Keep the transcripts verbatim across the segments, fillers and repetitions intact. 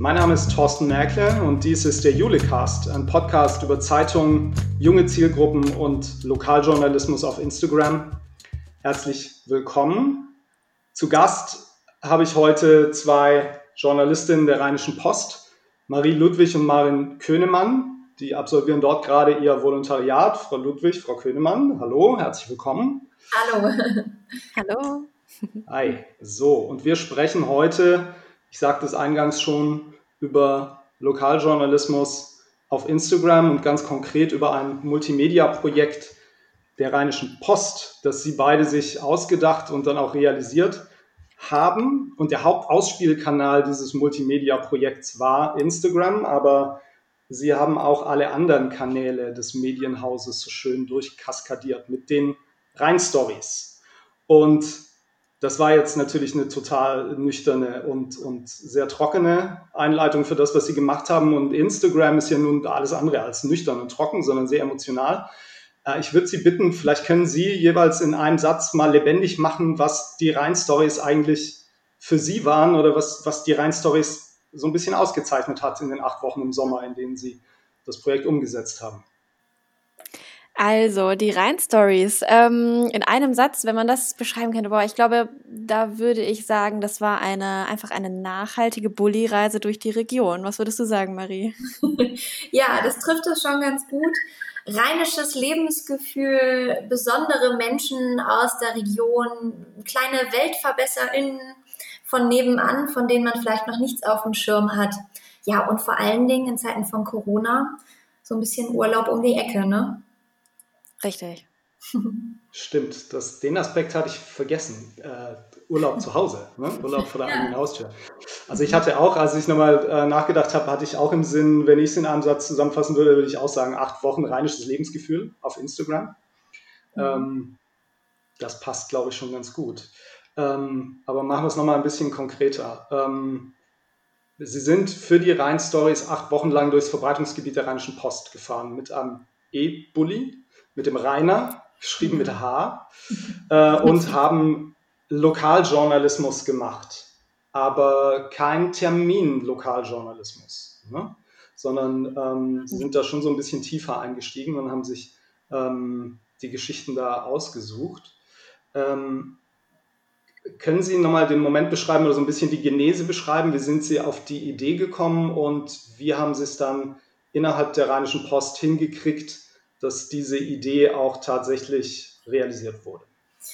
Mein Name ist Thorsten Merkle und dies ist der Julecast, ein Podcast über Zeitungen, junge Zielgruppen und Lokaljournalismus auf Instagram. Herzlich willkommen. Zu Gast habe ich heute zwei Journalistinnen der Rheinischen Post, Marie Ludwig und Maren Könemann. Die absolvieren dort gerade ihr Volontariat. Frau Ludwig, Frau Könemann, hallo, herzlich willkommen. Hallo. Hallo. Hi. So, und wir sprechen heute, ich sagte es eingangs schon, über Lokaljournalismus auf Instagram und ganz konkret über ein Multimedia-Projekt der Rheinischen Post, das Sie beide sich ausgedacht und dann auch realisiert haben. Und der Hauptausspielkanal dieses Multimedia-Projekts war Instagram, aber Sie haben auch alle anderen Kanäle des Medienhauses so schön durchkaskadiert mit den Rhein-Stories. Und das war jetzt natürlich eine total nüchterne und, und sehr trockene Einleitung für das, was Sie gemacht haben. Und Instagram ist ja nun alles andere als nüchtern und trocken, sondern sehr emotional. Ich würde Sie bitten, vielleicht können Sie jeweils in einem Satz mal lebendig machen, was die Rhein-Stories eigentlich für Sie waren oder was, was die Rhein-Stories so ein bisschen ausgezeichnet hat in den acht Wochen im Sommer, in denen Sie das Projekt umgesetzt haben. Also, die Rhein-Stories. Ähm, in einem Satz, wenn man das beschreiben könnte, boah, ich glaube, da würde ich sagen, das war eine einfach eine nachhaltige Bulli-Reise durch die Region. Was würdest du sagen, Marie? Ja, das trifft es schon ganz gut. Rheinisches Lebensgefühl, besondere Menschen aus der Region, kleine WeltverbesserInnen von nebenan, von denen man vielleicht noch nichts auf dem Schirm hat. Ja, und vor allen Dingen in Zeiten von Corona so ein bisschen Urlaub um die Ecke, ne? Richtig. Stimmt, das, den Aspekt hatte ich vergessen. Äh, Urlaub zu Hause, ne? Urlaub vor der ja. eigenen Haustür. Also ich hatte auch, als ich nochmal äh, nachgedacht habe, hatte ich auch im Sinn, wenn ich es in einem Satz zusammenfassen würde, würde ich auch sagen, acht Wochen rheinisches Lebensgefühl auf Instagram. Mhm. Ähm, das passt, glaube ich, schon ganz gut. Ähm, aber machen wir es nochmal ein bisschen konkreter. Ähm, Sie sind für die Rhein-Stories acht Wochen lang durchs Verbreitungsgebiet der Rheinischen Post gefahren mit einem E-Bulli, mit dem Rainer, geschrieben mit H, äh, und haben Lokaljournalismus gemacht, aber kein Termin-Lokaljournalismus, ne? Sondern ähm, sie sind da schon so ein bisschen tiefer eingestiegen und haben sich ähm, die Geschichten da ausgesucht. Ähm, können Sie nochmal den Moment beschreiben oder so ein bisschen die Genese beschreiben? Wie sind Sie auf die Idee gekommen und wie haben Sie es dann innerhalb der Rheinischen Post hingekriegt, dass diese Idee auch tatsächlich realisiert wurde?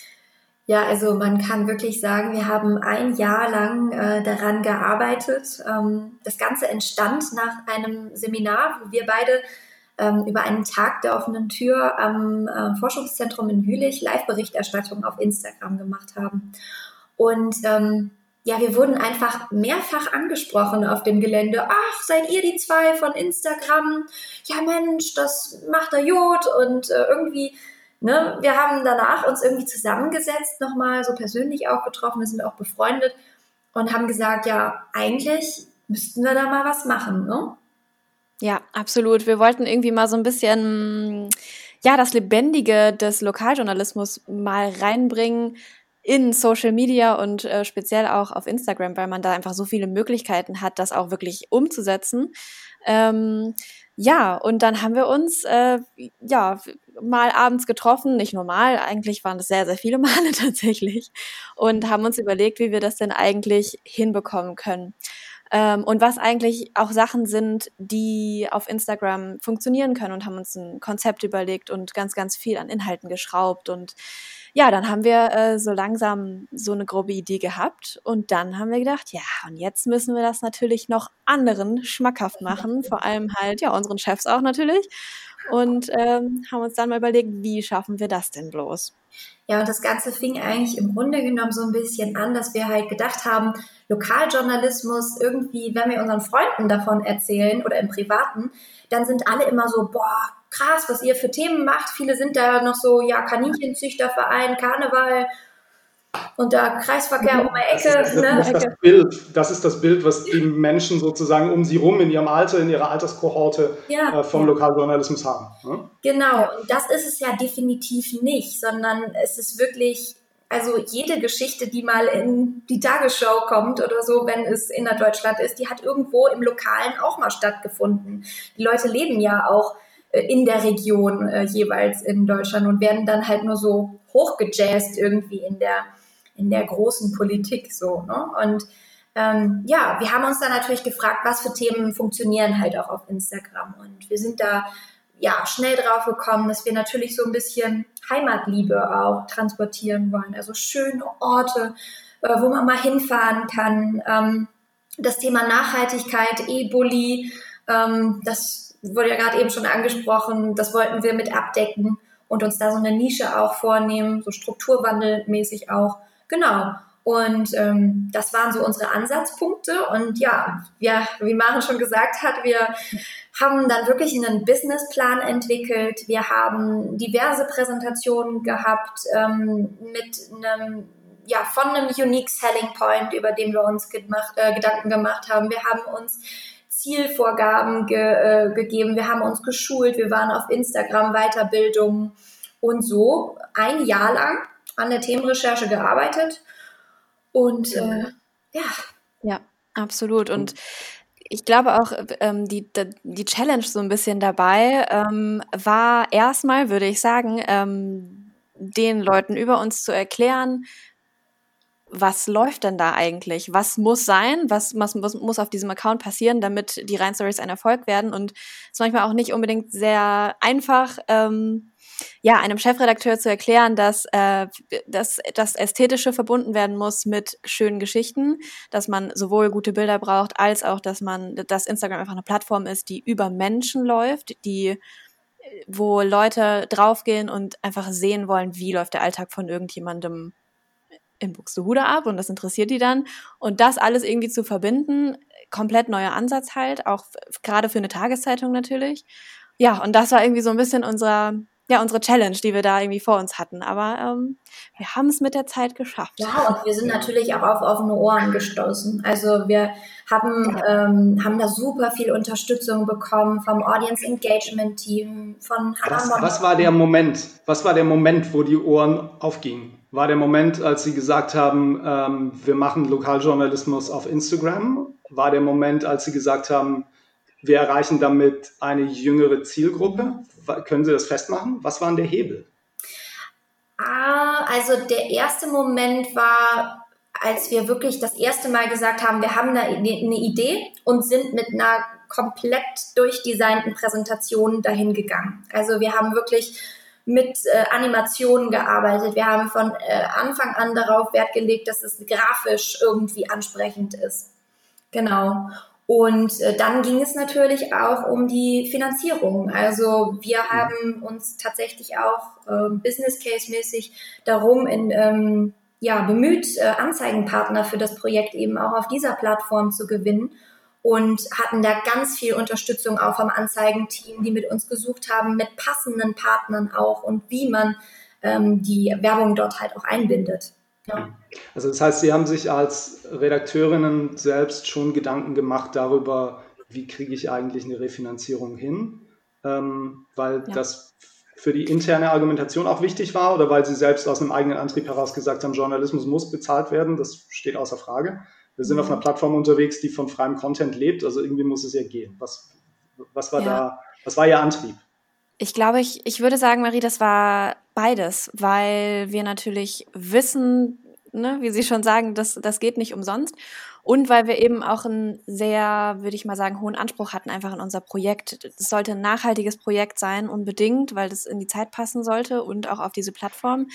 Ja, also man kann wirklich sagen, wir haben ein Jahr lang äh, daran gearbeitet. Ähm, das Ganze entstand nach einem Seminar, wo wir beide ähm, über einen Tag der offenen Tür am äh, Forschungszentrum in Jülich Live-Berichterstattung auf Instagram gemacht haben. Und ähm, ja, wir wurden einfach mehrfach angesprochen auf dem Gelände. Ach, seid ihr die zwei von Instagram? Ja Mensch, das macht er gut und äh, irgendwie... Ne, wir haben danach uns irgendwie zusammengesetzt, nochmal so persönlich auch getroffen, wir sind auch befreundet und haben gesagt, ja, eigentlich müssten wir da mal was machen, ne? Ja, absolut. Wir wollten irgendwie mal so ein bisschen, ja, das Lebendige des Lokaljournalismus mal reinbringen in Social Media und äh, speziell auch auf Instagram, weil man da einfach so viele Möglichkeiten hat, das auch wirklich umzusetzen. Ähm, ja, und dann haben wir uns äh, ja mal abends getroffen, nicht normal, eigentlich waren das sehr, sehr viele Male tatsächlich und haben uns überlegt, wie wir das denn eigentlich hinbekommen können. Ähm, und was eigentlich auch Sachen sind, die auf Instagram funktionieren können und haben uns ein Konzept überlegt und ganz, ganz viel an Inhalten geschraubt und ja, dann haben wir äh, so langsam so eine grobe Idee gehabt und dann haben wir gedacht, ja, und jetzt müssen wir das natürlich noch anderen schmackhaft machen, vor allem halt, ja, unseren Chefs auch natürlich und ähm, haben uns dann mal überlegt, wie schaffen wir das denn bloß? Ja, und das Ganze fing eigentlich im Grunde genommen so ein bisschen an, dass wir halt gedacht haben, Lokaljournalismus irgendwie, wenn wir unseren Freunden davon erzählen oder im Privaten, dann sind alle immer so, boah, krass, was ihr für Themen macht. Viele sind da noch so, ja, Kaninchenzüchterverein, Karneval und da Kreisverkehr um die Ecke. Das ist, das, das, ist das, Bild, das ist das Bild, was die Menschen sozusagen um sie rum in ihrem Alter, in ihrer Alterskohorte ja, äh, vom ja. Lokaljournalismus haben. Ne? Genau, und das ist es ja definitiv nicht, sondern es ist wirklich Also jede Geschichte, die mal in die Tagesschau kommt oder so, wenn es innerdeutschland ist, die hat irgendwo im Lokalen auch mal stattgefunden. Die Leute leben ja auch äh, in der Region äh, jeweils in Deutschland und werden dann halt nur so hochgejazzt irgendwie in der, in der großen Politik so, ne? Und ähm, ja, wir haben uns dann natürlich gefragt, was für Themen funktionieren halt auch auf Instagram. Und wir sind da ja schnell drauf gekommen, dass wir natürlich so ein bisschen Heimatliebe auch transportieren wollen. Also schöne Orte, äh, wo man mal hinfahren kann. Ähm, das Thema Nachhaltigkeit, E-Bulli, ähm, das wurde ja gerade eben schon angesprochen, das wollten wir mit abdecken und uns da so eine Nische auch vornehmen, so strukturwandelmäßig auch. Genau. Und ähm, das waren so unsere Ansatzpunkte. Und ja, ja, wie Maren schon gesagt hat, wir haben dann wirklich einen Businessplan entwickelt. Wir haben diverse Präsentationen gehabt ähm, mit einem, ja, von einem Unique Selling Point, über den wir uns gemacht, äh, Gedanken gemacht haben. Wir haben uns Zielvorgaben ge, äh, gegeben. Wir haben uns geschult. Wir waren auf Instagram Weiterbildungen und so ein Jahr lang an der Themenrecherche gearbeitet. Und äh, ja. Ja, absolut. Und ich glaube auch, ähm, die, die Challenge so ein bisschen dabei ähm, war erstmal, würde ich sagen, ähm, den Leuten über uns zu erklären, was läuft denn da eigentlich? Was muss sein? Was, was, was muss auf diesem Account passieren, damit die Rhein Stories ein Erfolg werden? Und es ist manchmal auch nicht unbedingt sehr einfach, ähm, ja, einem Chefredakteur zu erklären, dass, äh, dass das Ästhetische verbunden werden muss mit schönen Geschichten, dass man sowohl gute Bilder braucht, als auch, dass man, dass Instagram einfach eine Plattform ist, die über Menschen läuft, die, wo Leute draufgehen und einfach sehen wollen, wie läuft der Alltag von irgendjemandem in Buxtehude ab, und das interessiert die dann. Und das alles irgendwie zu verbinden, komplett neuer Ansatz halt, auch f- gerade für eine Tageszeitung natürlich. Ja, und das war irgendwie so ein bisschen unser, ja, unsere Challenge, die wir da irgendwie vor uns hatten. Aber ähm, wir haben es mit der Zeit geschafft. Ja, und wir sind natürlich auch auf offene Ohren gestoßen. Also wir haben, ähm, haben da super viel Unterstützung bekommen vom Audience Engagement Team, von Was, Hannah was war der Moment? Was war der Moment, wo die Ohren aufgingen? War der Moment, als Sie gesagt haben, ähm, wir machen Lokaljournalismus auf Instagram? War der Moment, als Sie gesagt haben, wir erreichen damit eine jüngere Zielgruppe? Wa- Können Sie das festmachen? Was war denn der Hebel? Ah, also der erste Moment war, als wir wirklich das erste Mal gesagt haben, wir haben eine, eine Idee und sind mit einer komplett durchdesignten Präsentation dahin gegangen. Also wir haben wirklich mit äh, Animationen gearbeitet. Wir haben von äh, Anfang an darauf Wert gelegt, dass es grafisch irgendwie ansprechend ist. Genau. Und äh, dann ging es natürlich auch um die Finanzierung. Also wir haben uns tatsächlich auch äh, Business Case mäßig darum in, ähm, ja, bemüht, äh, Anzeigenpartner für das Projekt eben auch auf dieser Plattform zu gewinnen und hatten da ganz viel Unterstützung auch vom Anzeigenteam, die mit uns gesucht haben, mit passenden Partnern auch und wie man ähm, die Werbung dort halt auch einbindet. Ja. Also das heißt, Sie haben sich als Redakteurinnen selbst schon Gedanken gemacht darüber, wie kriege ich eigentlich eine Refinanzierung hin, ähm, weil Ja. das für die interne Argumentation auch wichtig war oder weil Sie selbst aus einem eigenen Antrieb heraus gesagt haben, Journalismus muss bezahlt werden, das steht außer Frage. Wir sind Mhm. auf einer Plattform unterwegs, die von freiem Content lebt, also irgendwie muss es ja gehen. Was, was war Ja. da, was war Ihr Antrieb? Ich glaube, ich, ich würde sagen, Marie, das war beides, weil wir natürlich wissen, ne, wie Sie schon sagen, das, das geht nicht umsonst. Und weil wir eben auch einen sehr, würde ich mal sagen, hohen Anspruch hatten einfach in unser Projekt. Es sollte ein nachhaltiges Projekt sein, unbedingt, weil das in die Zeit passen sollte und auch auf diese Plattform.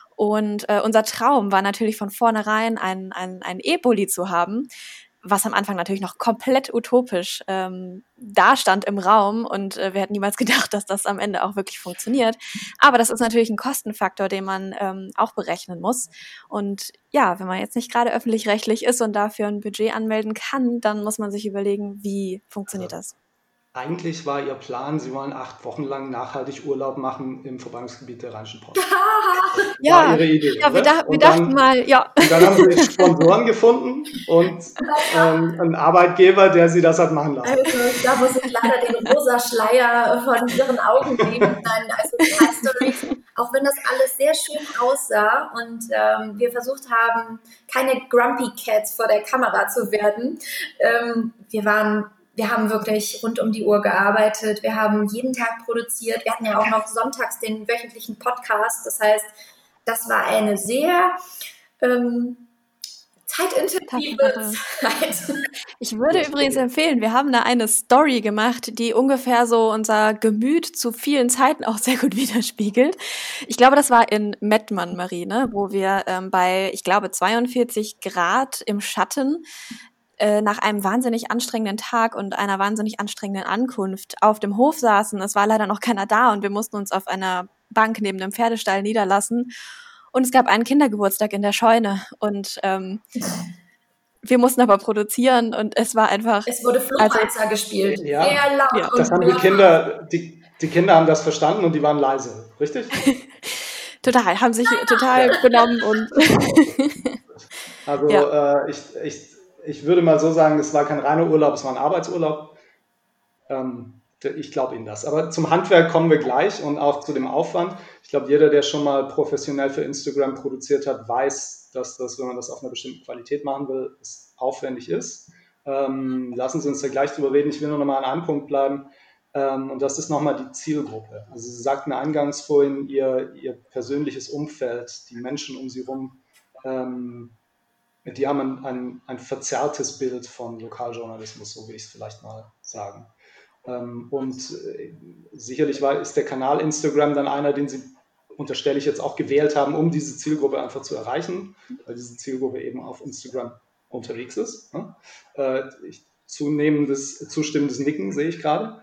Und äh, unser Traum war natürlich von vornherein, ein, ein, ein E-Bulli zu haben, was am Anfang natürlich noch komplett utopisch ähm, dastand im Raum, und äh, wir hätten niemals gedacht, dass das am Ende auch wirklich funktioniert. Aber das ist natürlich ein Kostenfaktor, den man ähm, auch berechnen muss. Und ja, wenn man jetzt nicht gerade öffentlich-rechtlich ist und dafür ein Budget anmelden kann, dann muss man sich überlegen, wie funktioniert das? Eigentlich war Ihr Plan, Sie wollen acht Wochen lang nachhaltig Urlaub machen im Verbannungsgebiet der Rheinischen Post. War Ja, Ihre Idee, ja, wir, oder? dach, wir Und dachten dann, mal, ja. und dann haben Sie Sponsoren gefunden und ähm, einen Arbeitgeber, der Sie das hat machen lassen. Also da muss ich leider den rosa Schleier von Ihren Augen nehmen. Nein, also Rhein Stories auch wenn das alles sehr schön aussah und ähm, wir versucht haben, keine Grumpy Cats vor der Kamera zu werden. Ähm, wir waren, wir haben wirklich rund um die Uhr gearbeitet. Wir haben jeden Tag produziert. Wir hatten ja auch noch sonntags den wöchentlichen Podcast. Das heißt, das war eine sehr ähm, zeitintensive Zeit. Ich würde übrigens empfehlen, wir haben da eine Story gemacht, die ungefähr so unser Gemüt zu vielen Zeiten auch sehr gut widerspiegelt. Ich glaube, das war in Mettmann, Marie, ne, wo wir ähm, bei, ich glaube, zweiundvierzig Grad im Schatten äh, nach einem wahnsinnig anstrengenden Tag und einer wahnsinnig anstrengenden Ankunft auf dem Hof saßen. Es war leider noch keiner da und wir mussten uns auf einer Bank neben dem Pferdestall niederlassen. Und es gab einen Kindergeburtstag in der Scheune und ähm, wir mussten aber produzieren und es war einfach... Es wurde Fluchheizer also, gespielt, ja, sehr laut. Ja, das haben die Kinder, die, die Kinder haben das verstanden und die waren leise, richtig? Total, haben sich total benommen und... Also ja. äh, ich, ich, ich würde mal so sagen, es war kein reiner Urlaub, es war ein Arbeitsurlaub. Ähm, ich glaube Ihnen das. Aber zum Handwerk kommen wir gleich und auch zu dem Aufwand. Ich glaube, jeder, der schon mal professionell für Instagram produziert hat, weiß, dass das, wenn man das auf einer bestimmten Qualität machen will, es aufwendig ist. Ähm, lassen Sie uns da gleich drüber reden. Ich will nur noch mal an einem Punkt bleiben. Ähm, und das ist nochmal die Zielgruppe. Also Sie sagten eingangs vorhin, Ihr, Ihr persönliches Umfeld, die Menschen um Sie rum, ähm, die haben ein, ein, ein verzerrtes Bild von Lokaljournalismus, so will ich es vielleicht mal sagen. Ähm, und äh, sicherlich war, ist der Kanal Instagram dann einer, den Sie, unterstelle ich jetzt, auch gewählt haben, um diese Zielgruppe einfach zu erreichen, weil diese Zielgruppe eben auf Instagram unterwegs ist. Ne? Äh, ich, zunehmendes, zustimmendes Nicken sehe ich gerade.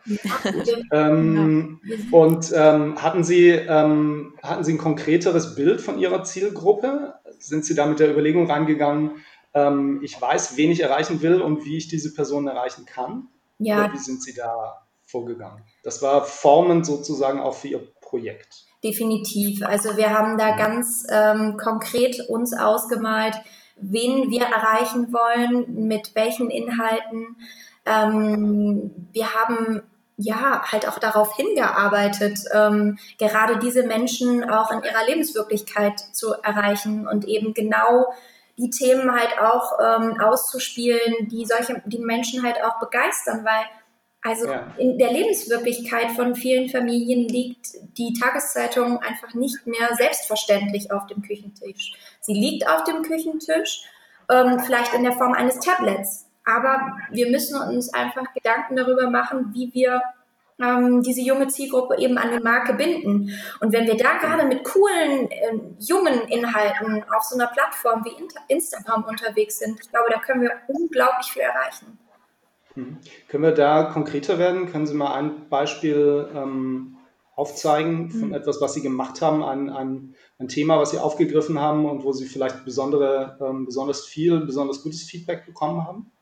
ähm, ja. Und ähm, hatten Sie, ähm, hatten Sie ein konkreteres Bild von Ihrer Zielgruppe? Sind Sie da mit der Überlegung reingegangen, ähm, ich weiß, wen ich erreichen will und wie ich diese Person erreichen kann? Ja. Oder wie sind Sie da vorgegangen? Das war formend sozusagen auch für Ihr Projekt. Definitiv. Also wir haben da ganz ähm, konkret uns ausgemalt, wen wir erreichen wollen, mit welchen Inhalten. Ähm, wir haben ja halt auch darauf hingearbeitet, ähm, gerade diese Menschen auch in ihrer Lebenswirklichkeit zu erreichen und eben genau die Themen halt auch ähm, auszuspielen, die solche, die Menschen halt auch begeistern, weil also ja. in der Lebenswirklichkeit von vielen Familien liegt die Tageszeitung einfach nicht mehr selbstverständlich auf dem Küchentisch. Sie liegt auf dem Küchentisch, ähm, vielleicht in der Form eines Tablets. Aber wir müssen uns einfach Gedanken darüber machen, wie wir ähm, diese junge Zielgruppe eben an die Marke binden. Und wenn wir da gerade mit coolen, äh, jungen Inhalten auf so einer Plattform wie Instagram unterwegs sind, ich glaube, da können wir unglaublich viel erreichen. Hm. Können wir da konkreter werden? Können Sie mal ein Beispiel ähm, aufzeigen von hm. etwas, was Sie gemacht haben, ein, ein, ein Thema, was Sie aufgegriffen haben und wo Sie vielleicht besondere, ähm, besonders viel, besonders gutes Feedback bekommen haben?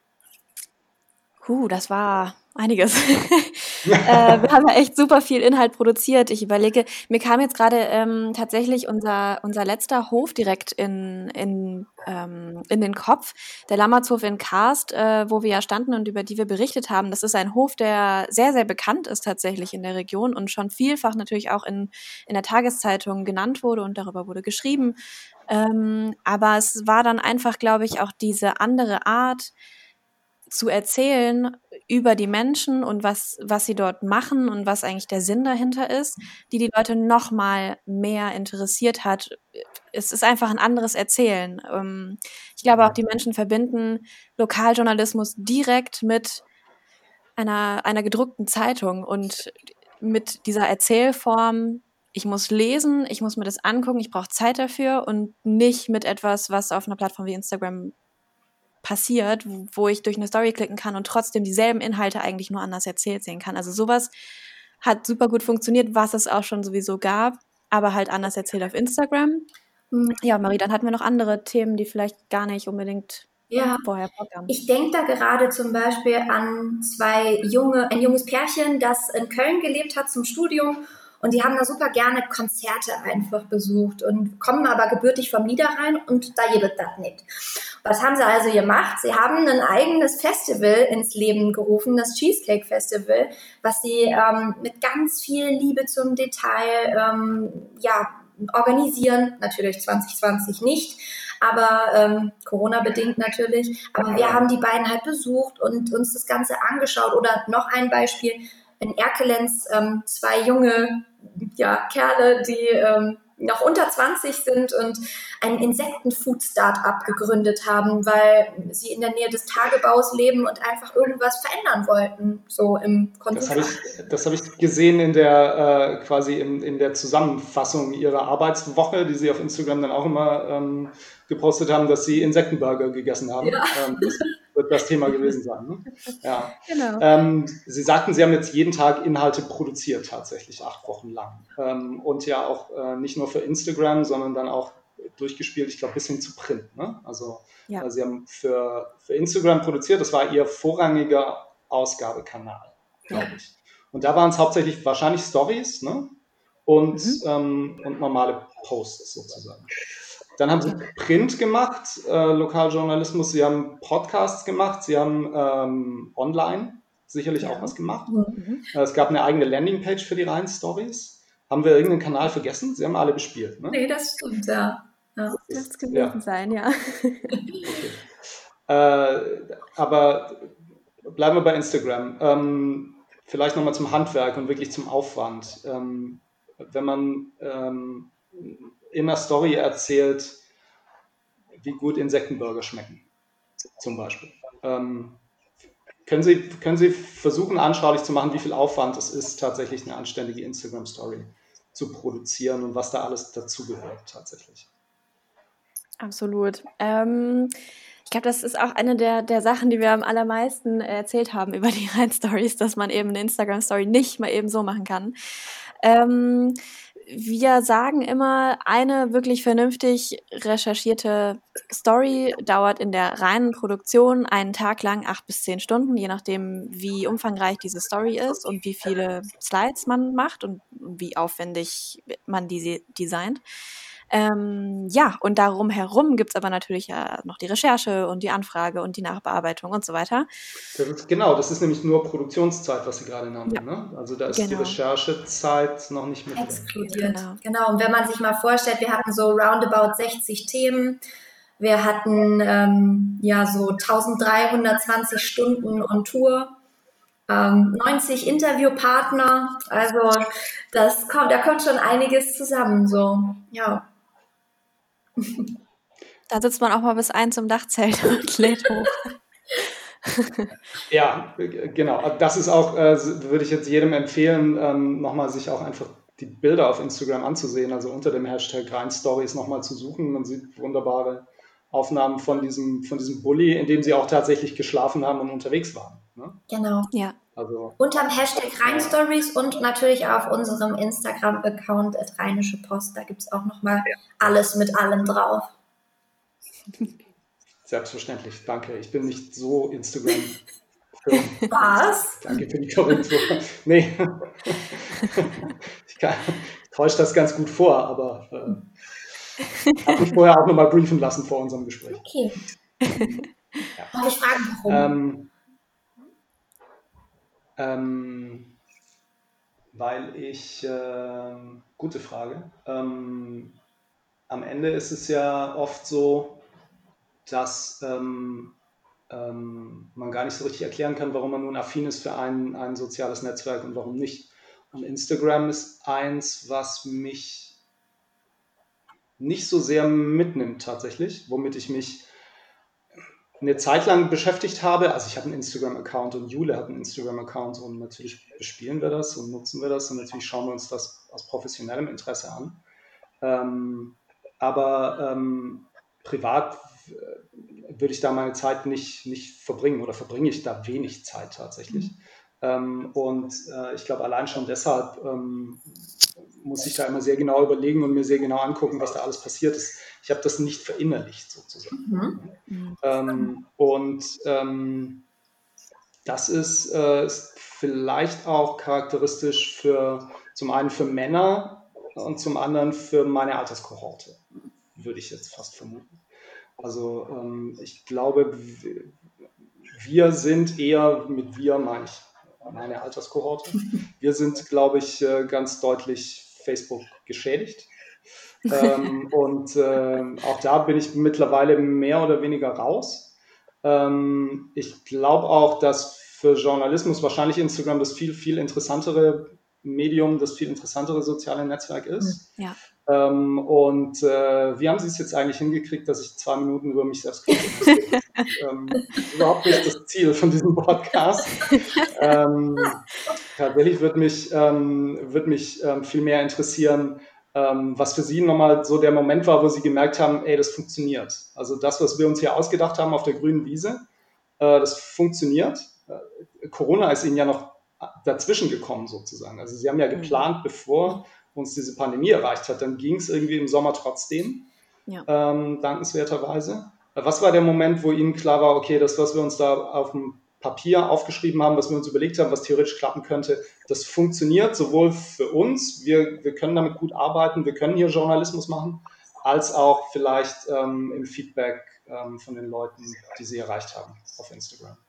Puh, das war einiges. äh, wir haben ja echt super viel Inhalt produziert. Ich überlege, mir kam jetzt gerade ähm, tatsächlich unser unser letzter Hof direkt in in ähm, in den Kopf, der Lammertshof in Karst, äh, wo wir ja standen und über die wir berichtet haben. Das ist ein Hof, der sehr sehr bekannt ist tatsächlich in der Region und schon vielfach natürlich auch in in der Tageszeitung genannt wurde und darüber wurde geschrieben. Ähm, aber es war dann einfach, glaube ich, auch diese andere Art zu erzählen über die Menschen und was was sie dort machen und was eigentlich der Sinn dahinter ist, die die Leute noch mal mehr interessiert hat. Es ist einfach ein anderes Erzählen. Ich glaube auch, die Menschen verbinden Lokaljournalismus direkt mit einer einer gedruckten Zeitung und mit dieser Erzählform. Ich muss lesen, ich muss mir das angucken, ich brauche Zeit dafür und nicht mit etwas, was auf einer Plattform wie Instagram passiert, wo ich durch eine Story klicken kann und trotzdem dieselben Inhalte eigentlich nur anders erzählt sehen kann. Also sowas hat super gut funktioniert, was es auch schon sowieso gab, aber halt anders erzählt auf Instagram. Mhm. Ja, Marie, dann hatten wir noch andere Themen, die vielleicht gar nicht unbedingt ja. vorher vorkamen. Ich denke da gerade zum Beispiel an zwei junge, ein junges Pärchen, das in Köln gelebt hat zum Studium Und die haben da super gerne Konzerte einfach besucht und kommen aber gebürtig vom Niederrhein und da gibt das nicht. Was haben sie also gemacht? Sie haben ein eigenes Festival ins Leben gerufen, das Cheesecake Festival, was sie ähm, mit ganz viel Liebe zum Detail ähm, ja, organisieren. Natürlich zwanzig zwanzig nicht, aber ähm, Corona-bedingt natürlich. Aber wir haben die beiden halt besucht und uns das Ganze angeschaut. Oder noch ein Beispiel, in Erkelenz ähm, zwei junge ja, Kerle, die ähm, noch unter zwanzig sind und ein Insektenfood-Startup gegründet haben, weil sie in der Nähe des Tagebaus leben und einfach irgendwas verändern wollten, so im Konsum. Das habe ich, das habe ich gesehen in der äh, quasi in, in der Zusammenfassung ihrer Arbeitswoche, die sie auf Instagram dann auch immer ähm, gepostet haben, dass sie Insektenburger gegessen haben. Ja. Ähm, das wird das Thema gewesen sein. Ne? Ja. Genau. Ähm, sie sagten, Sie haben jetzt jeden Tag Inhalte produziert, tatsächlich acht Wochen lang. Ähm, und ja auch äh, nicht nur für Instagram, sondern dann auch durchgespielt, ich glaube, bis hin zu Print. Ne? Also Ja. äh, Sie haben für, für Instagram produziert, das war Ihr vorrangiger Ausgabekanal, glaube ich. Und da waren es hauptsächlich wahrscheinlich Stories, ne? Und, Mhm. ähm, und normale Posts sozusagen. Dann haben sie Print gemacht, äh, Lokaljournalismus, sie haben Podcasts gemacht, sie haben ähm, online sicherlich Ja. auch was gemacht. Mhm. Äh, es gab eine eigene Landingpage für die reinen Stories. Haben wir irgendeinen Kanal vergessen? Sie haben alle bespielt, ne? Nee, das stimmt, ja. ja. Das wird es gewesen Ja. sein, ja. Okay. Äh, aber bleiben wir bei Instagram. Ähm, vielleicht nochmal zum Handwerk und wirklich zum Aufwand. Ähm, wenn man ähm, in einer Story erzählt, wie gut Insektenburger schmecken, zum Beispiel. Ähm, können Sie, können Sie versuchen, anschaulich zu machen, wie viel Aufwand es ist, tatsächlich eine anständige Instagram-Story zu produzieren und was da alles dazugehört tatsächlich? Absolut. Ähm, ich glaube, das ist auch eine der, der Sachen, die wir am allermeisten erzählt haben über die Rein-Stories, dass man eben eine Instagram-Story nicht mal eben so machen kann. Ähm, wir sagen immer, eine wirklich vernünftig recherchierte Story dauert in der reinen Produktion einen Tag lang acht bis zehn Stunden, je nachdem, wie umfangreich diese Story ist und wie viele Slides man macht und wie aufwendig man diese designt. Ähm, ja, und darum herum gibt es aber natürlich ja noch die Recherche und die Anfrage und die Nachbearbeitung und so weiter. Das ist, genau, das ist nämlich nur Produktionszeit, was Sie gerade nannten. Ja. Ne? Also da ist Genau. die Recherchezeit noch nicht mit drin. Exkludiert. Genau. Genau. Und wenn man sich mal vorstellt, wir hatten so roundabout sechzig Themen. Wir hatten ähm, ja so dreizehnhundertzwanzig Stunden on Tour, ähm, neunzig Interviewpartner. Also das kommt, da kommt schon einiges zusammen. So, ja. Da sitzt man auch mal bis eins im Dachzelt und lädt hoch. Ja, genau. Das ist auch, äh, würde ich jetzt jedem empfehlen, ähm, nochmal sich auch einfach die Bilder auf Instagram anzusehen, also unter dem Hashtag Reinstories nochmal zu suchen. Man sieht wunderbare Aufnahmen von diesem, von diesem Bulli, in dem sie auch tatsächlich geschlafen haben und unterwegs waren. Ne? Genau. Ja. Also, Unterm Hashtag Rheinstories und natürlich auf unserem Instagram-Account at Rheinische Post. Da gibt es auch nochmal alles mit allem drauf. Selbstverständlich, danke. Ich bin nicht so Instagram. Was? Danke für die Korrektur. Nee, ich, kann, ich täusche das ganz gut vor, aber äh, habe mich vorher auch nochmal briefen lassen vor unserem Gespräch. Okay. Ja. Darf ich fragen, warum? Ähm, ähm, weil ich, äh, gute Frage, ähm, am Ende ist es ja oft so, dass ähm, ähm, man gar nicht so richtig erklären kann, warum man nun affin ist für ein, ein soziales Netzwerk und warum nicht. Und Instagram ist eins, was mich nicht so sehr mitnimmt tatsächlich, womit ich mich eine Zeit lang beschäftigt habe. Also ich habe einen Instagram-Account und Jule hat einen Instagram-Account und natürlich bespielen wir das und nutzen wir das und natürlich schauen wir uns das aus professionellem Interesse an. Ähm, aber ähm, privat würde ich da meine Zeit nicht, nicht verbringen oder verbringe ich da wenig Zeit tatsächlich. Mhm. Ähm, und äh, ich glaube, allein schon deshalb ähm, muss ich da immer sehr genau überlegen und mir sehr genau angucken, was da alles passiert ist. Ich habe das nicht verinnerlicht sozusagen. Mhm. Ähm, und ähm, das ist, äh, ist vielleicht auch charakteristisch für Zum einen für Männer und zum anderen für meine Alterskohorte, würde ich jetzt fast vermuten. Also ähm, ich glaube, wir sind eher, mit wir meine ich meine Alterskohorte, wir sind, glaube ich, ganz deutlich Facebook geschädigt. ähm, und äh, auch da bin ich mittlerweile mehr oder weniger raus. Ähm, ich glaube auch, dass für Journalismus wahrscheinlich Instagram das viel, viel interessantere Medium, das viel interessantere soziale Netzwerk ist. Ja. Ähm, und äh, wie haben Sie es jetzt eigentlich hingekriegt, dass ich zwei Minuten über mich selbst rede? ähm, das ist überhaupt nicht das Ziel von diesem Podcast. ähm, tatsächlich würde mich, ähm, würd mich ähm, viel mehr interessieren, ähm, was für Sie nochmal so der Moment war, wo Sie gemerkt haben, ey, das funktioniert. Also das, was wir uns hier ausgedacht haben auf der grünen Wiese, äh, das funktioniert. Äh, Corona ist Ihnen ja noch dazwischen gekommen sozusagen. Also Sie haben ja geplant, mhm. bevor uns diese Pandemie erreicht hat, dann ging es irgendwie im Sommer trotzdem, ja. ähm, dankenswerterweise. Was war der Moment, wo Ihnen klar war, okay, das, was wir uns da auf dem Papier aufgeschrieben haben, was wir uns überlegt haben, was theoretisch klappen könnte, das funktioniert sowohl für uns, wir, wir können damit gut arbeiten, wir können hier Journalismus machen, als auch vielleicht ähm, im Feedback ähm, von den Leuten, die Sie erreicht haben auf Instagram.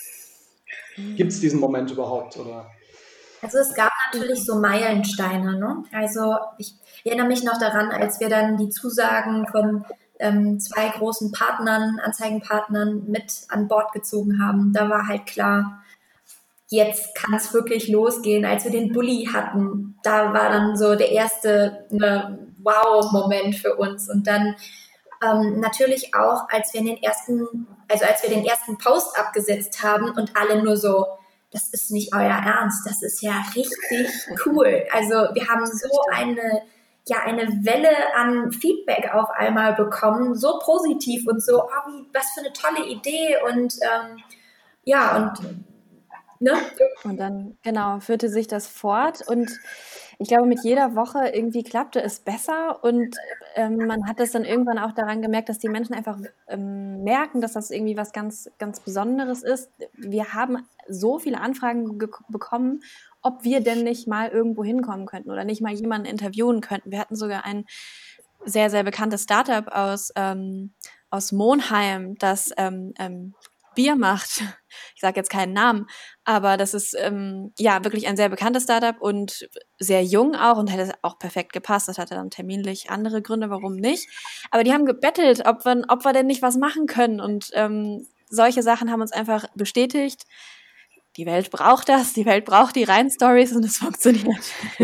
Gibt es diesen Moment überhaupt, oder? Also es gab natürlich so Meilensteine, ne? Also ich erinnere mich noch daran, als wir dann die Zusagen von ähm, zwei großen Partnern, Anzeigenpartnern mit an Bord gezogen haben. Da war halt klar, jetzt kann es wirklich losgehen. Als wir den Bulli hatten, da war dann so der erste ne, Wow-Moment für uns. Und dann ähm, natürlich auch, als wir in den ersten, also als wir den ersten Post abgesetzt haben und alle nur so, das ist nicht euer Ernst, das ist ja richtig cool. Also wir haben so eine, ja, eine Welle an Feedback auf einmal bekommen, so positiv und so, oh, wie, was für eine tolle Idee und ähm, ja, und ne? Und dann, genau, führte sich das fort und ich glaube, mit jeder Woche irgendwie klappte es besser und ähm, man hat es dann irgendwann auch daran gemerkt, dass die Menschen einfach ähm, merken, dass das irgendwie was ganz, ganz Besonderes ist. Wir haben so viele Anfragen ge- bekommen, ob wir denn nicht mal irgendwo hinkommen könnten oder nicht mal jemanden interviewen könnten. Wir hatten sogar ein sehr, sehr bekanntes Startup aus, ähm, aus Monheim, das ähm, ähm, Bier macht. Ich sage jetzt keinen Namen, aber das ist ähm, ja wirklich ein sehr bekanntes Startup und sehr jung auch und hätte auch perfekt gepasst. Das hatte dann terminlich andere Gründe, warum nicht. Aber die haben gebettelt, ob wir, ob wir denn nicht was machen können und ähm, solche Sachen haben uns einfach bestätigt. Die Welt braucht das, die Welt braucht die Reihen-Stories und es funktioniert.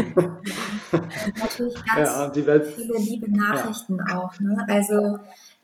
Natürlich ganz ja, die Welt, viele liebe Nachrichten ja. auch. Ne? Also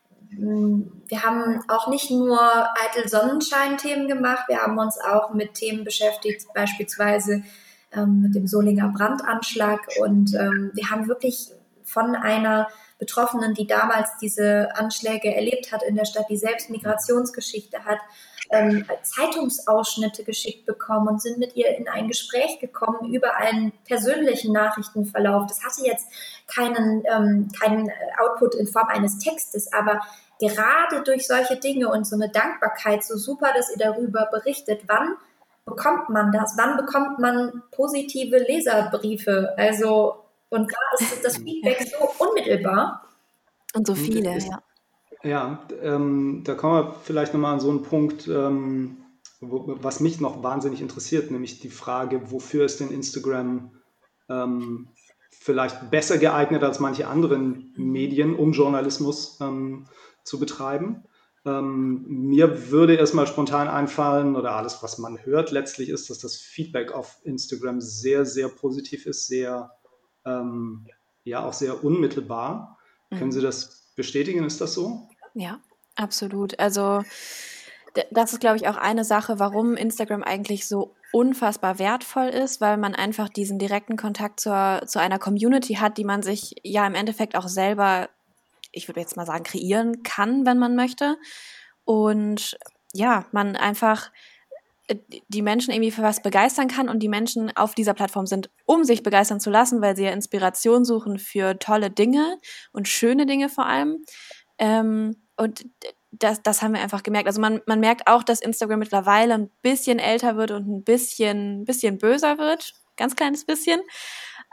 wir haben auch nicht nur eitel Sonnenschein-Themen gemacht, wir haben uns auch mit Themen beschäftigt, beispielsweise ähm, mit dem Solinger Brandanschlag und ähm, wir haben wirklich von einer Betroffenen, die damals diese Anschläge erlebt hat in der Stadt, die selbst Migrationsgeschichte hat, ähm, Zeitungsausschnitte geschickt bekommen und sind mit ihr in ein Gespräch gekommen über einen persönlichen Nachrichtenverlauf. Das hatte jetzt keinen, ähm, keinen Output in Form eines Textes, aber gerade durch solche Dinge und so eine Dankbarkeit, so super, dass ihr darüber berichtet, wann bekommt man das? Wann bekommt man positive Leserbriefe? Also, und gerade ist das Feedback so unmittelbar. Und so viele, ich, ja. Ja, ähm, da kommen wir vielleicht nochmal an so einen Punkt, ähm, wo, was mich noch wahnsinnig interessiert, nämlich die Frage, wofür ist denn Instagram ähm, vielleicht besser geeignet als manche anderen Medien, um Journalismus ähm, zu betreiben. Ähm, mir würde erstmal spontan einfallen, oder alles, was man hört, letztlich ist, dass das Feedback auf Instagram sehr, sehr positiv ist, sehr, ähm, ja, auch sehr unmittelbar. Mhm. Können Sie das bestätigen? Ist das so? Ja, absolut. Also das ist, glaube ich, auch eine Sache, warum Instagram eigentlich so unfassbar wertvoll ist, weil man einfach diesen direkten Kontakt zur, zu einer Community hat, die man sich ja im Endeffekt auch selber, ich würde jetzt mal sagen, kreieren kann, wenn man möchte. Und ja, man einfach die Menschen irgendwie für was begeistern kann und die Menschen auf dieser Plattform sind, um sich begeistern zu lassen, weil sie ja Inspiration suchen für tolle Dinge und schöne Dinge vor allem. Ähm, und das, das haben wir einfach gemerkt. Also man, man merkt auch, dass Instagram mittlerweile ein bisschen älter wird und ein bisschen, bisschen böser wird. Ganz kleines bisschen.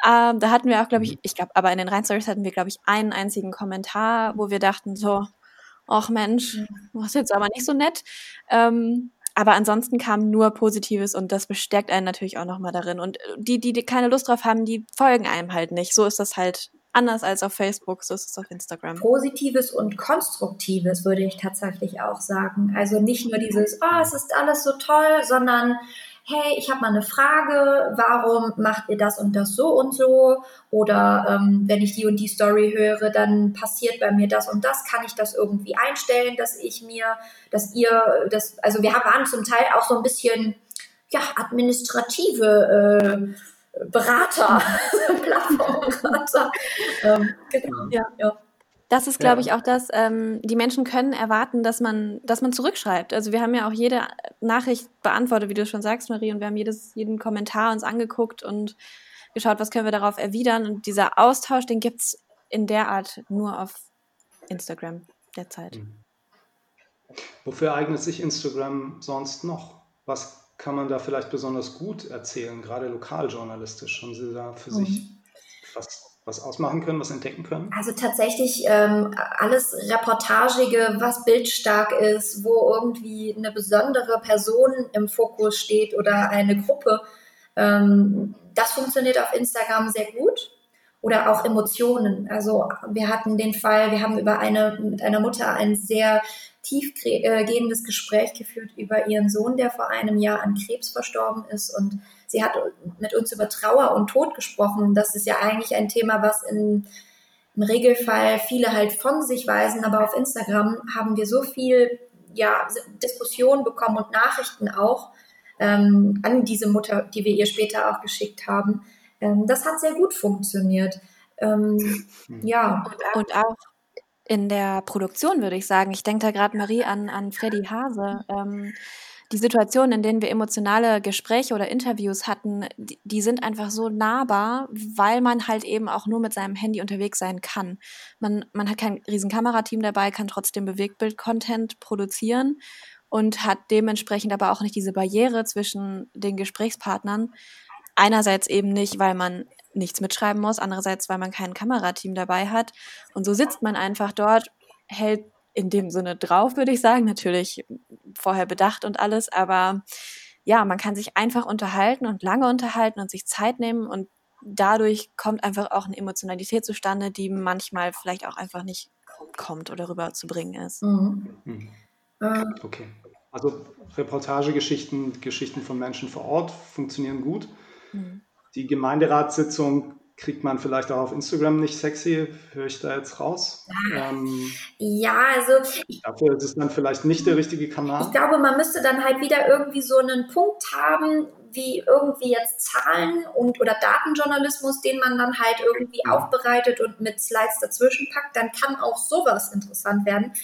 Ähm, da hatten wir auch, glaube ich, ich glaube, aber in den Rhein-Stories hatten wir, glaube ich, einen einzigen Kommentar, wo wir dachten so, ach Mensch, das ist jetzt aber nicht so nett. Ähm, aber ansonsten kam nur Positives und das bestärkt einen natürlich auch nochmal darin. Und die, die, die keine Lust drauf haben, die folgen einem halt nicht. So ist das halt anders als auf Facebook, so ist es auf Instagram. Positives und Konstruktives würde ich tatsächlich auch sagen. Also nicht nur dieses, oh, es ist alles so toll, sondern hey, ich habe mal eine Frage, warum macht ihr das und das so und so? Oder ähm, wenn ich die und die Story höre, dann passiert bei mir das und das. Kann ich das irgendwie einstellen, dass ich mir, dass ihr, das, also wir waren zum Teil auch so ein bisschen, ja, administrative äh, Berater, Plattformberater. ähm, genau, ja. ja. Das ist, glaube ja. ich, auch das, ähm, die Menschen können erwarten, dass man, dass man zurückschreibt. Also wir haben ja auch jede Nachricht beantwortet, wie du schon sagst, Marie, und wir haben jedes, jeden Kommentar uns angeguckt und geschaut, was können wir darauf erwidern. Und dieser Austausch, den gibt's in der Art nur auf Instagram derzeit. Mhm. Wofür eignet sich Instagram sonst noch? Was kann man da vielleicht besonders gut erzählen, gerade lokaljournalistisch? Haben Sie da für mhm. sich was was ausmachen können, was entdecken können? Also tatsächlich ähm, alles Reportagige, was bildstark ist, wo irgendwie eine besondere Person im Fokus steht oder eine Gruppe. Ähm, das funktioniert auf Instagram sehr gut. Oder auch Emotionen. Also wir hatten den Fall, wir haben über eine mit einer Mutter ein sehr tiefgehendes Gespräch geführt über ihren Sohn, der vor einem Jahr an Krebs verstorben ist, und sie hat mit uns über Trauer und Tod gesprochen. Das ist ja eigentlich ein Thema, was in, im Regelfall viele halt von sich weisen, aber auf Instagram haben wir so viel ja, Diskussion bekommen und Nachrichten auch ähm, an diese Mutter, die wir ihr später auch geschickt haben. Ähm, das hat sehr gut funktioniert. Ähm, ja. Und auch in der Produktion, würde ich sagen. Ich denke da gerade, Marie, an, an Freddy Hase. Ähm, die Situationen, in denen wir emotionale Gespräche oder Interviews hatten, die, die sind einfach so nahbar, weil man halt eben auch nur mit seinem Handy unterwegs sein kann. Man, man hat kein riesen Kamerateam dabei, kann trotzdem Bewegtbild-Content produzieren und hat dementsprechend aber auch nicht diese Barriere zwischen den Gesprächspartnern. Einerseits eben nicht, weil man nichts mitschreiben muss, andererseits, weil man kein Kamerateam dabei hat. Und so sitzt man einfach dort, hält in dem Sinne drauf, würde ich sagen, natürlich vorher bedacht und alles, aber ja, man kann sich einfach unterhalten und lange unterhalten und sich Zeit nehmen, und dadurch kommt einfach auch eine Emotionalität zustande, die manchmal vielleicht auch einfach nicht kommt oder rüberzubringen ist. Mhm. Mhm. Okay. Also Reportagegeschichten, Geschichten von Menschen vor Ort funktionieren gut. Mhm. Die Gemeinderatssitzung kriegt man vielleicht auch auf Instagram nicht sexy, höre ich da jetzt raus? Ähm, ja, also ich, dafür ist es dann vielleicht nicht der richtige Kanal. Ich glaube, man müsste dann halt wieder irgendwie so einen Punkt haben, wie irgendwie jetzt Zahlen und oder Datenjournalismus, den man dann halt irgendwie ja. aufbereitet und mit Slides dazwischen packt. Dann kann auch sowas interessant werden.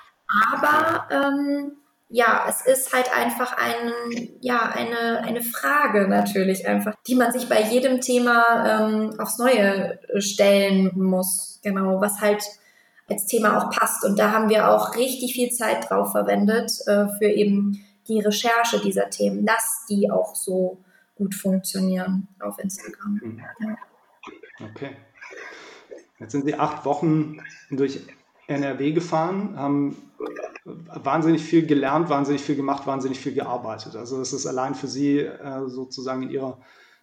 Aber ähm, ja, es ist halt einfach ein, ja, eine, eine Frage natürlich einfach, die man sich bei jedem Thema ähm, aufs Neue stellen muss. Genau, was halt als Thema auch passt. Und da haben wir auch richtig viel Zeit drauf verwendet äh, für eben die Recherche dieser Themen, dass die auch so gut funktionieren auf Instagram. Mhm. Ja. Okay. Jetzt sind Sie acht Wochen durch N R W gefahren, haben wahnsinnig viel gelernt, wahnsinnig viel gemacht, wahnsinnig viel gearbeitet. Also das ist allein für Sie äh, sozusagen in Ihrer,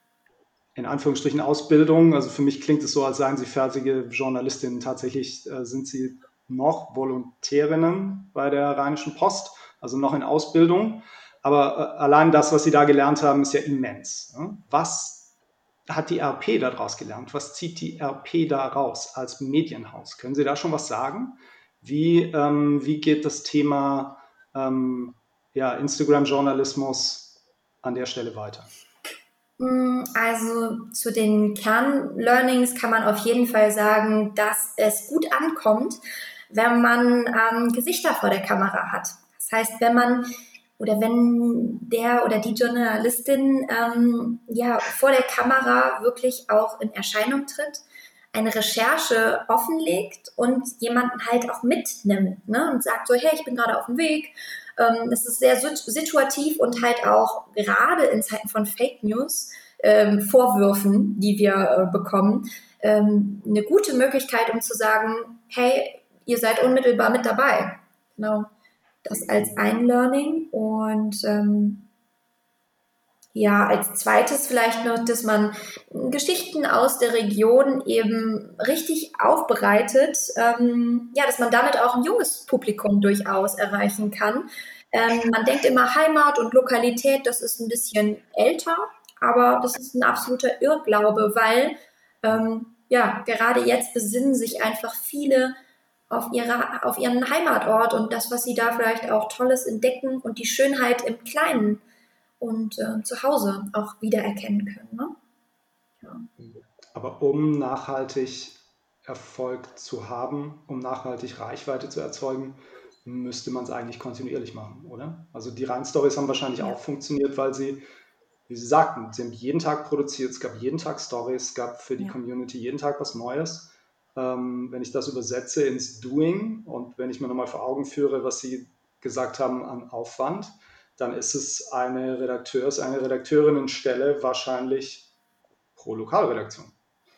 in Anführungsstrichen, Ausbildung. Also für mich klingt es so, als seien Sie fertige Journalistinnen. Tatsächlich äh, sind Sie noch Volontärinnen bei der Rheinischen Post, also noch in Ausbildung. Aber äh, allein das, was Sie da gelernt haben, ist ja immens. Ne? Was hat die R P daraus gelernt? Was zieht die R P da raus als Medienhaus? Können Sie da schon was sagen? Wie, ähm, wie geht das Thema ähm, ja, Instagram-Journalismus an der Stelle weiter? Also zu den Kern-Learnings kann man auf jeden Fall sagen, dass es gut ankommt, wenn man ähm, Gesichter vor der Kamera hat. Das heißt, wenn man oder wenn der oder die Journalistin ähm, ja vor der Kamera wirklich auch in Erscheinung tritt, eine Recherche offenlegt und jemanden halt auch mitnimmt, ne, und sagt so, hey, ich bin gerade auf dem Weg. Ähm, das ist sehr situativ und halt auch gerade in Zeiten von Fake News ähm, Vorwürfen, die wir äh, bekommen, ähm, eine gute Möglichkeit, um zu sagen, hey, ihr seid unmittelbar mit dabei. Genau, das als ein Learning. Und ähm, ja, als zweites vielleicht noch, dass man Geschichten aus der Region eben richtig aufbereitet, ähm, ja, dass man damit auch ein junges Publikum durchaus erreichen kann. Ähm, man denkt immer Heimat und Lokalität, das ist ein bisschen älter, aber das ist ein absoluter Irrglaube, weil ähm, ja, gerade jetzt besinnen sich einfach viele auf, ihre, auf ihren Heimatort und das, was sie da vielleicht auch Tolles entdecken und die Schönheit im Kleinen und äh, zu Hause auch wiedererkennen können. Ne? Ja. Aber um nachhaltig Erfolg zu haben, um nachhaltig Reichweite zu erzeugen, müsste man es eigentlich kontinuierlich machen, oder? Also die Rhein-Stories haben wahrscheinlich Ja. auch funktioniert, weil sie, wie Sie sagten, sie haben jeden Tag produziert, es gab jeden Tag Stories, es gab für die Ja. Community jeden Tag was Neues. Ähm, wenn ich das übersetze ins Doing und wenn ich mir nochmal vor Augen führe, was Sie gesagt haben an Aufwand, dann ist es eine Redakteurs-, eine Redakteurinnenstelle wahrscheinlich pro Lokalredaktion.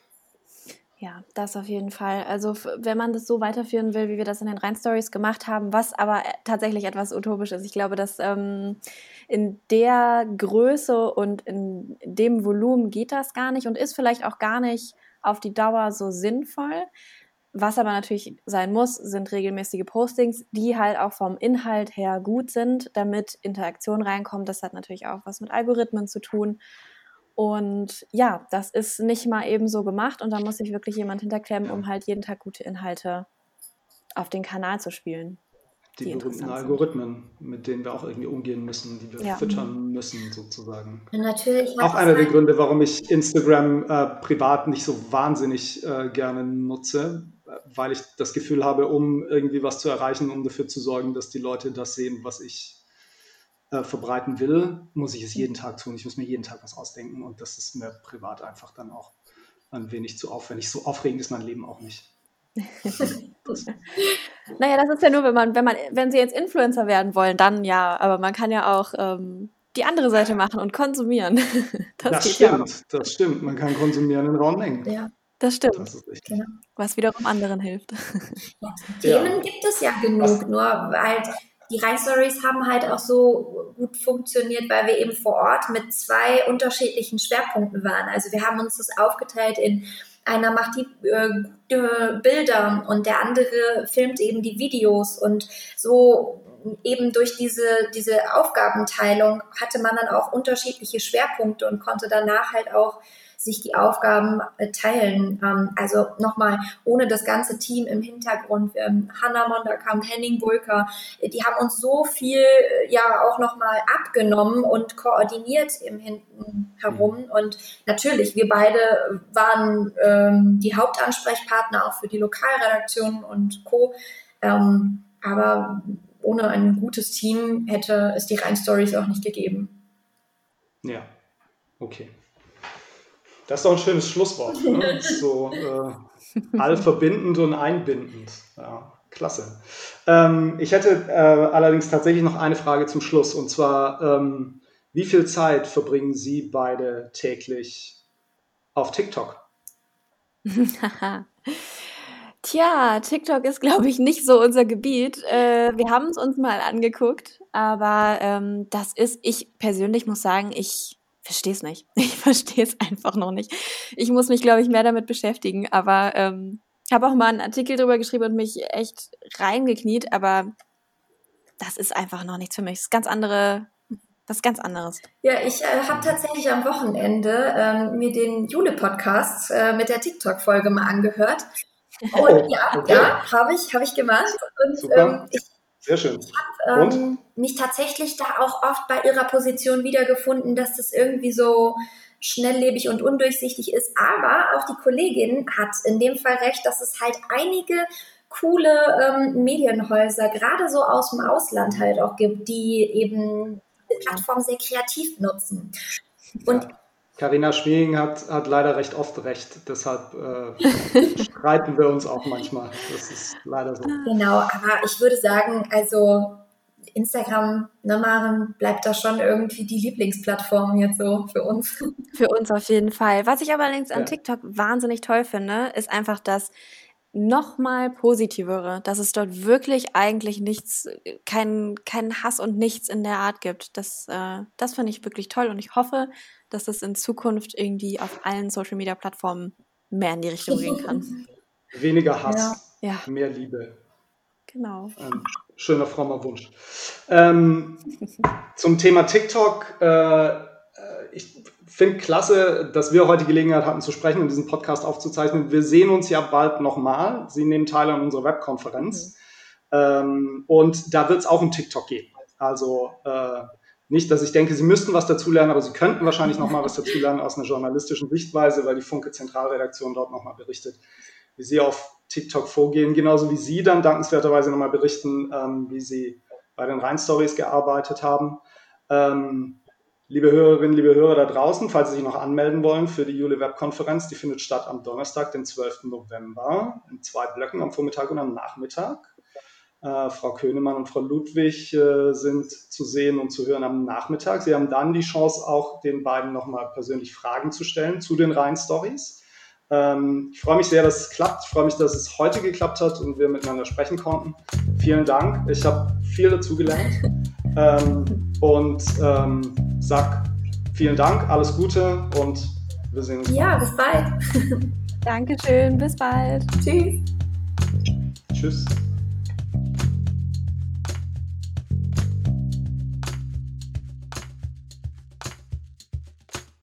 Ja, das auf jeden Fall. Also f- wenn man das so weiterführen will, wie wir das in den Rhein-Stories gemacht haben, was aber äh, tatsächlich etwas utopisch ist. Ich glaube, dass ähm, in der Größe und in dem Volumen geht das gar nicht und ist vielleicht auch gar nicht auf die Dauer so sinnvoll. Was aber natürlich sein muss, sind regelmäßige Postings, die halt auch vom Inhalt her gut sind, damit Interaktion reinkommt. Das hat natürlich auch was mit Algorithmen zu tun. Und ja, das ist nicht mal eben so gemacht und da muss sich wirklich jemand hinterklemmen, um halt jeden Tag gute Inhalte auf den Kanal zu spielen. Die Die berühmten interessant sind. Algorithmen, mit denen wir auch irgendwie umgehen müssen, die wir Ja. füttern müssen, sozusagen. Und natürlich hat Auch es einer der halt- Gründe, warum ich Instagram äh, privat nicht so wahnsinnig äh, gerne nutze, äh, weil ich das Gefühl habe, um irgendwie was zu erreichen, um dafür zu sorgen, dass die Leute das sehen, was ich äh, verbreiten will, muss ich es jeden Tag tun. Ich muss mir jeden Tag was ausdenken und das ist mir privat einfach dann auch ein wenig zu aufwendig. So aufregend ist mein Leben auch nicht. Das, Naja, das ist ja nur, wenn man, wenn man, wenn sie jetzt Influencer werden wollen, dann ja, aber man kann ja auch ähm, die andere Seite machen und konsumieren. Das, das geht ja auch. stimmt, das stimmt. Man kann konsumieren in rauen Mengen. ja, Das stimmt, Das ist richtig. genau. was wiederum anderen hilft. Ja, Ja. Themen gibt es ja genug, nur halt die Rhein-Stories haben halt auch so gut funktioniert, weil wir eben vor Ort mit zwei unterschiedlichen Schwerpunkten waren. Also wir haben uns das aufgeteilt in einer macht die äh, gute Bilder und der andere filmt eben die Videos und so eben durch diese, diese Aufgabenteilung hatte man dann auch unterschiedliche Schwerpunkte und konnte danach halt auch sich die Aufgaben äh, teilen. Ähm, also nochmal, ohne das ganze Team im Hintergrund, ähm, Hannah Monderkamp, Henning Bulker, äh, die haben uns so viel äh, ja auch nochmal abgenommen und koordiniert im Hinten herum. Mhm. Und natürlich, wir beide waren ähm, die Hauptansprechpartner auch für die Lokalredaktion und Co. Ähm, aber ohne ein gutes Team hätte es die Rhein-Stories auch nicht gegeben. Ja, okay. Das ist doch ein schönes Schlusswort. Ne? So äh, allverbindend und einbindend. Ja, klasse. Ähm, ich hätte äh, allerdings tatsächlich noch eine Frage zum Schluss. Und zwar, ähm, wie viel Zeit verbringen Sie beide täglich auf TikTok? Tja, TikTok ist, glaube ich, nicht so unser Gebiet. Äh, wir haben es uns mal angeguckt, aber ähm, das ist, ich persönlich muss sagen, ich verstehe es nicht. Ich verstehe es einfach noch nicht. Ich muss mich, glaube ich, mehr damit beschäftigen, aber ähm, habe auch mal einen Artikel drüber geschrieben und mich echt reingekniet, aber das ist einfach noch nichts für mich. Das ist ganz andere, was ganz anderes. Ja, ich äh, habe tatsächlich am Wochenende ähm, mir den Jule-Podcast äh, mit der TikTok-Folge mal angehört. Oh, und ja, okay. ja, habe ich, hab ich gemacht. Und Super. ähm, ich, Sehr schön. ich habe ähm, mich tatsächlich da auch oft bei ihrer Position wiedergefunden, dass das irgendwie so schnelllebig und undurchsichtig ist. Aber auch die Kollegin hat in dem Fall recht, dass es halt einige coole ähm, Medienhäuser, gerade so aus dem Ausland halt auch gibt, die eben die Plattform sehr kreativ nutzen. Und ja. Carina Schmiering hat, hat leider recht oft recht, deshalb äh, streiten wir uns auch manchmal. Das ist leider so. Genau, aber ich würde sagen, also Instagram, ne, Maren, bleibt da schon irgendwie die Lieblingsplattform jetzt so für uns. Für uns auf jeden Fall. Was ich aber allerdings an Ja. TikTok wahnsinnig toll finde, ist einfach das nochmal Positivere, dass es dort wirklich eigentlich nichts, keinen kein Hass und nichts in der Art gibt. Das, äh, das finde ich wirklich toll und ich hoffe, dass das in Zukunft irgendwie auf allen Social-Media-Plattformen mehr in die Richtung gehen kann. Weniger Hass, Ja, mehr Liebe. genau. Ein schöner, frommer Wunsch. Ähm, zum Thema TikTok. Äh, ich finde klasse, dass wir heute Gelegenheit hatten zu sprechen und diesen Podcast aufzuzeichnen. Wir sehen uns ja bald nochmal. Sie nehmen teil an unserer Webkonferenz. Mhm. Ähm, und da wird es auch um TikTok geben. Also äh, nicht, dass ich denke, Sie müssten was dazulernen, aber Sie könnten wahrscheinlich nochmal was dazulernen aus einer journalistischen Sichtweise, weil die Funke Zentralredaktion dort nochmal berichtet, wie Sie auf TikTok vorgehen, genauso wie Sie dann dankenswerterweise nochmal berichten, ähm, wie Sie bei den Rhein-Stories gearbeitet haben. Ähm, liebe Hörerinnen, liebe Hörer da draußen, falls Sie sich noch anmelden wollen für die Jule-Web-Konferenz, die findet statt am Donnerstag, den zwölften November, in zwei Blöcken, am Vormittag und am Nachmittag. Äh, Frau Könemann und Frau Ludwig äh, sind zu sehen und zu hören am Nachmittag. Sie haben dann die Chance, auch den beiden nochmal persönlich Fragen zu stellen zu den Rhein-Stories. Ähm, ich freue mich sehr, dass es klappt. Ich freue mich, dass es heute geklappt hat und wir miteinander sprechen konnten. Vielen Dank. Ich habe viel dazugelernt ähm, und ähm, sag vielen Dank, alles Gute und wir sehen uns. Ja, bis bald. Dankeschön, bis bald. Tschüss. Tschüss.